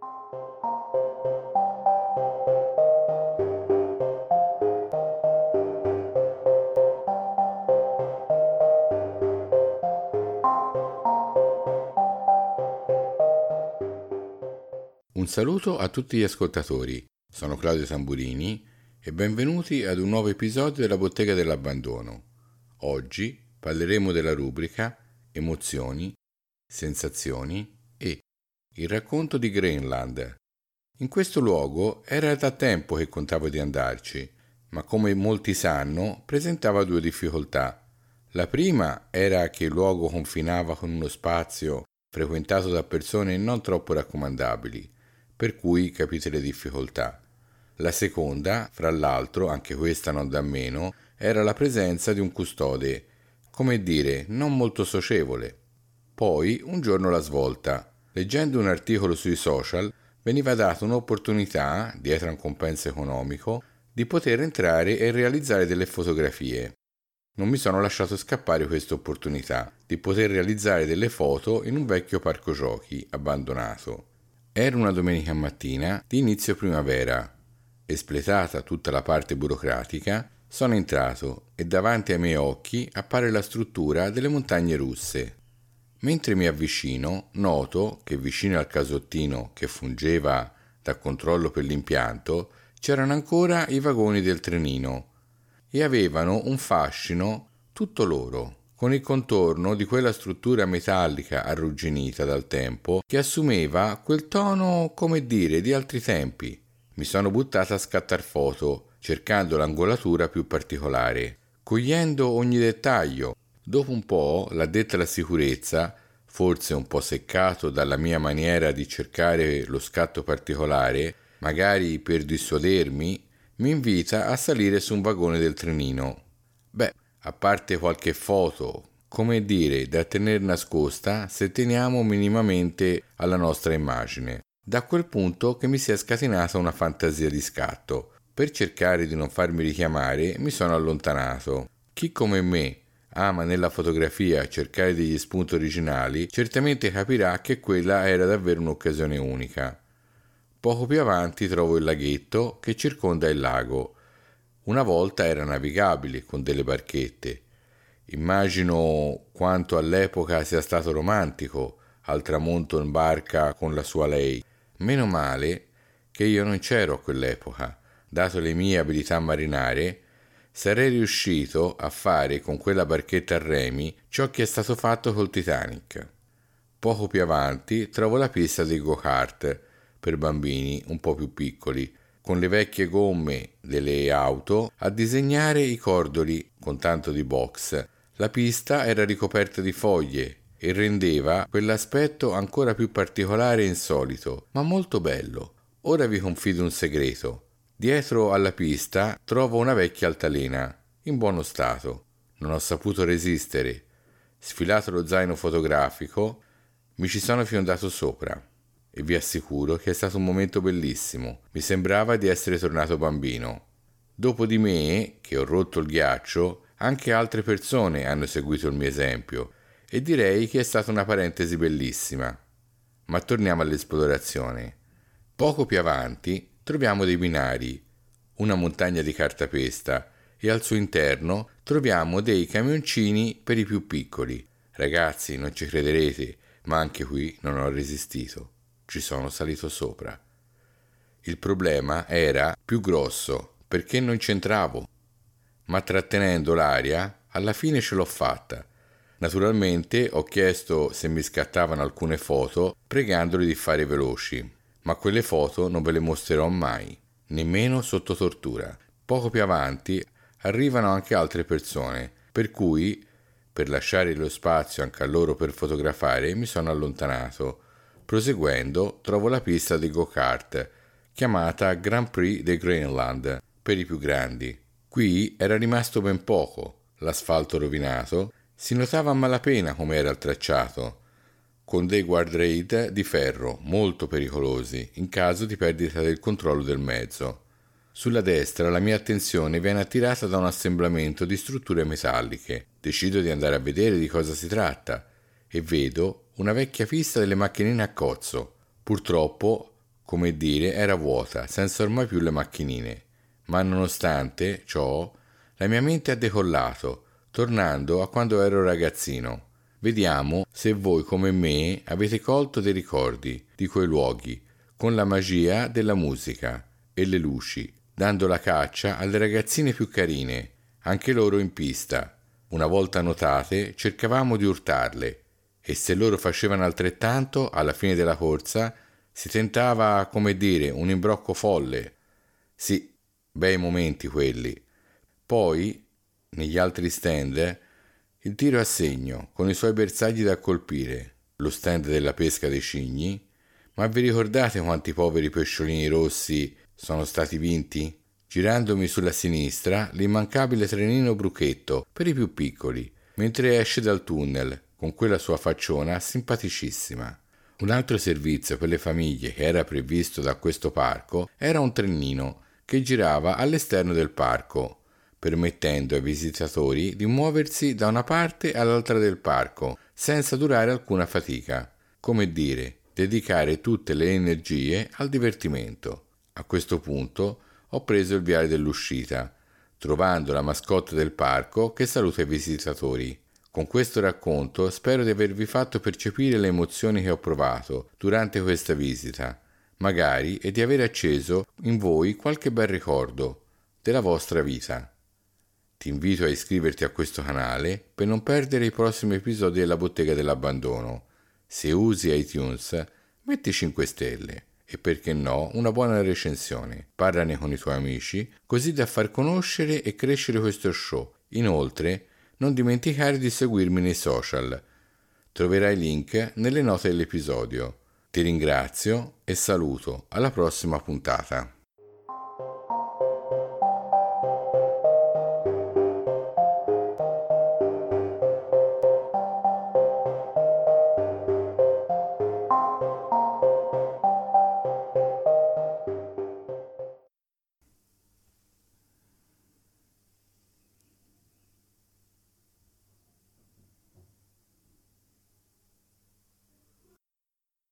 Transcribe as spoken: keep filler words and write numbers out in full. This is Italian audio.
Un saluto a tutti gli ascoltatori, sono Claudio Tamburini e benvenuti ad un nuovo episodio della Bottega dell'Abbandono. Oggi parleremo della rubrica Emozioni, Sensazioni e il racconto di Greenland. In questo luogo era da tempo che contavo di andarci, ma come molti sanno presentava due difficoltà. La prima era che il luogo confinava con uno spazio frequentato da persone non troppo raccomandabili, per cui capite le difficoltà. La seconda, fra l'altro, anche questa non da meno, era la presenza di un custode, come dire, non molto socievole. Poi, un giorno la svolta. Leggendo un articolo sui social, veniva data un'opportunità, dietro a un compenso economico, di poter entrare e realizzare delle fotografie. Non mi sono lasciato scappare questa opportunità di poter realizzare delle foto in un vecchio parco giochi abbandonato. Era una domenica mattina di inizio primavera. Espletata tutta la parte burocratica, sono entrato e davanti ai miei occhi appare la struttura delle montagne russe. Mentre mi avvicino, noto che vicino al casottino che fungeva da controllo per l'impianto c'erano ancora i vagoni del trenino e avevano un fascino tutto loro, con il contorno di quella struttura metallica arrugginita dal tempo che assumeva quel tono, come dire, di altri tempi. Mi sono buttata a scattar foto, cercando l'angolatura più particolare, cogliendo ogni dettaglio. Dopo un po', l'addetta alla sicurezza, forse un po' seccato dalla mia maniera di cercare lo scatto particolare, magari per dissuadermi, mi invita a salire su un vagone del trenino. Beh, a parte qualche foto, come dire, da tener nascosta se teniamo minimamente alla nostra immagine. Da quel punto che mi si è scatenata una fantasia di scatto. Per cercare di non farmi richiamare mi sono allontanato. Chi come me ama nella fotografia cercare degli spunti originali, certamente capirà che quella era davvero un'occasione unica. Poco più avanti trovo il laghetto che circonda il lago. Una volta era navigabile con delle barchette. Immagino quanto all'epoca sia stato romantico al tramonto in barca con la sua lei. Meno male che io non c'ero a quell'epoca. Dato le mie abilità marinare, sarei riuscito a fare con quella barchetta a remi ciò che è stato fatto col Titanic. Poco più avanti trovo la pista dei go-kart per bambini un po' più piccoli, con le vecchie gomme delle auto a disegnare i cordoli con tanto di box. La pista era ricoperta di foglie e rendeva quell'aspetto ancora più particolare e insolito, ma molto bello. Ora vi confido un segreto. Dietro alla pista trovo una vecchia altalena, in buono stato. Non ho saputo resistere. Sfilato lo zaino fotografico, mi ci sono fiondato sopra. E vi assicuro che è stato un momento bellissimo. Mi sembrava di essere tornato bambino. Dopo di me, che ho rotto il ghiaccio, anche altre persone hanno seguito il mio esempio e direi che è stata una parentesi bellissima. Ma torniamo all'esplorazione. Poco più avanti troviamo dei binari, una montagna di cartapesta e al suo interno troviamo dei camioncini per i più piccoli. Ragazzi, non ci crederete, ma anche qui non ho resistito. Ci sono salito sopra. Il problema era più grosso perché non c'entravo, ma trattenendo l'aria alla fine ce l'ho fatta. Naturalmente ho chiesto se mi scattavano alcune foto pregandoli di fare veloci, ma quelle foto non ve le mostrerò mai, nemmeno sotto tortura. Poco più avanti arrivano anche altre persone, per cui, per lasciare lo spazio anche a loro per fotografare, mi sono allontanato. Proseguendo, trovo la pista dei go-kart, chiamata Grand Prix de Greenland, per i più grandi. Qui era rimasto ben poco, l'asfalto rovinato, si notava a malapena come era il tracciato, con dei guardrail di ferro molto pericolosi in caso di perdita del controllo del mezzo. Sulla destra la mia attenzione viene attirata da un assemblamento di strutture metalliche. Decido di andare a vedere di cosa si tratta e vedo una vecchia pista delle macchinine a cozzo. Purtroppo come dire, era vuota, senza ormai più le macchinine. Ma nonostante ciò, la mia mente ha decollato, tornando a quando ero ragazzino. Vediamo se voi come me avete colto dei ricordi di quei luoghi, con la magia della musica e le luci, dando la caccia alle ragazzine più carine, anche loro in pista. Una volta notate, cercavamo di urtarle, e se loro facevano altrettanto, alla fine della corsa, si tentava, come dire, un imbrocco folle. Sì, bei momenti quelli. Poi, negli altri stand, il tiro a segno, con i suoi bersagli da colpire, lo stand della pesca dei cigni. Ma vi ricordate quanti poveri pesciolini rossi sono stati vinti? Girandomi sulla sinistra, l'immancabile trenino Bruchetto, per i più piccoli, mentre esce dal tunnel, con quella sua facciona simpaticissima. Un altro servizio per le famiglie che era previsto da questo parco era un trenino che girava all'esterno del parco, permettendo ai visitatori di muoversi da una parte all'altra del parco senza durare alcuna fatica, come dire, dedicare tutte le energie al divertimento. A questo punto ho preso il viale dell'uscita, trovando la mascotte del parco che saluta i visitatori. Con questo racconto spero di avervi fatto percepire le emozioni che ho provato durante questa visita, magari e di aver acceso in voi qualche bel ricordo della vostra vita. Ti invito a iscriverti a questo canale per non perdere i prossimi episodi della Bottega dell'Abbandono. Se usi iTunes, metti cinque stelle e perché no una buona recensione. Parlane con i tuoi amici così da far conoscere e crescere questo show. Inoltre, non dimenticare di seguirmi nei social. Troverai link nelle note dell'episodio. Ti ringrazio e saluto. Alla prossima puntata.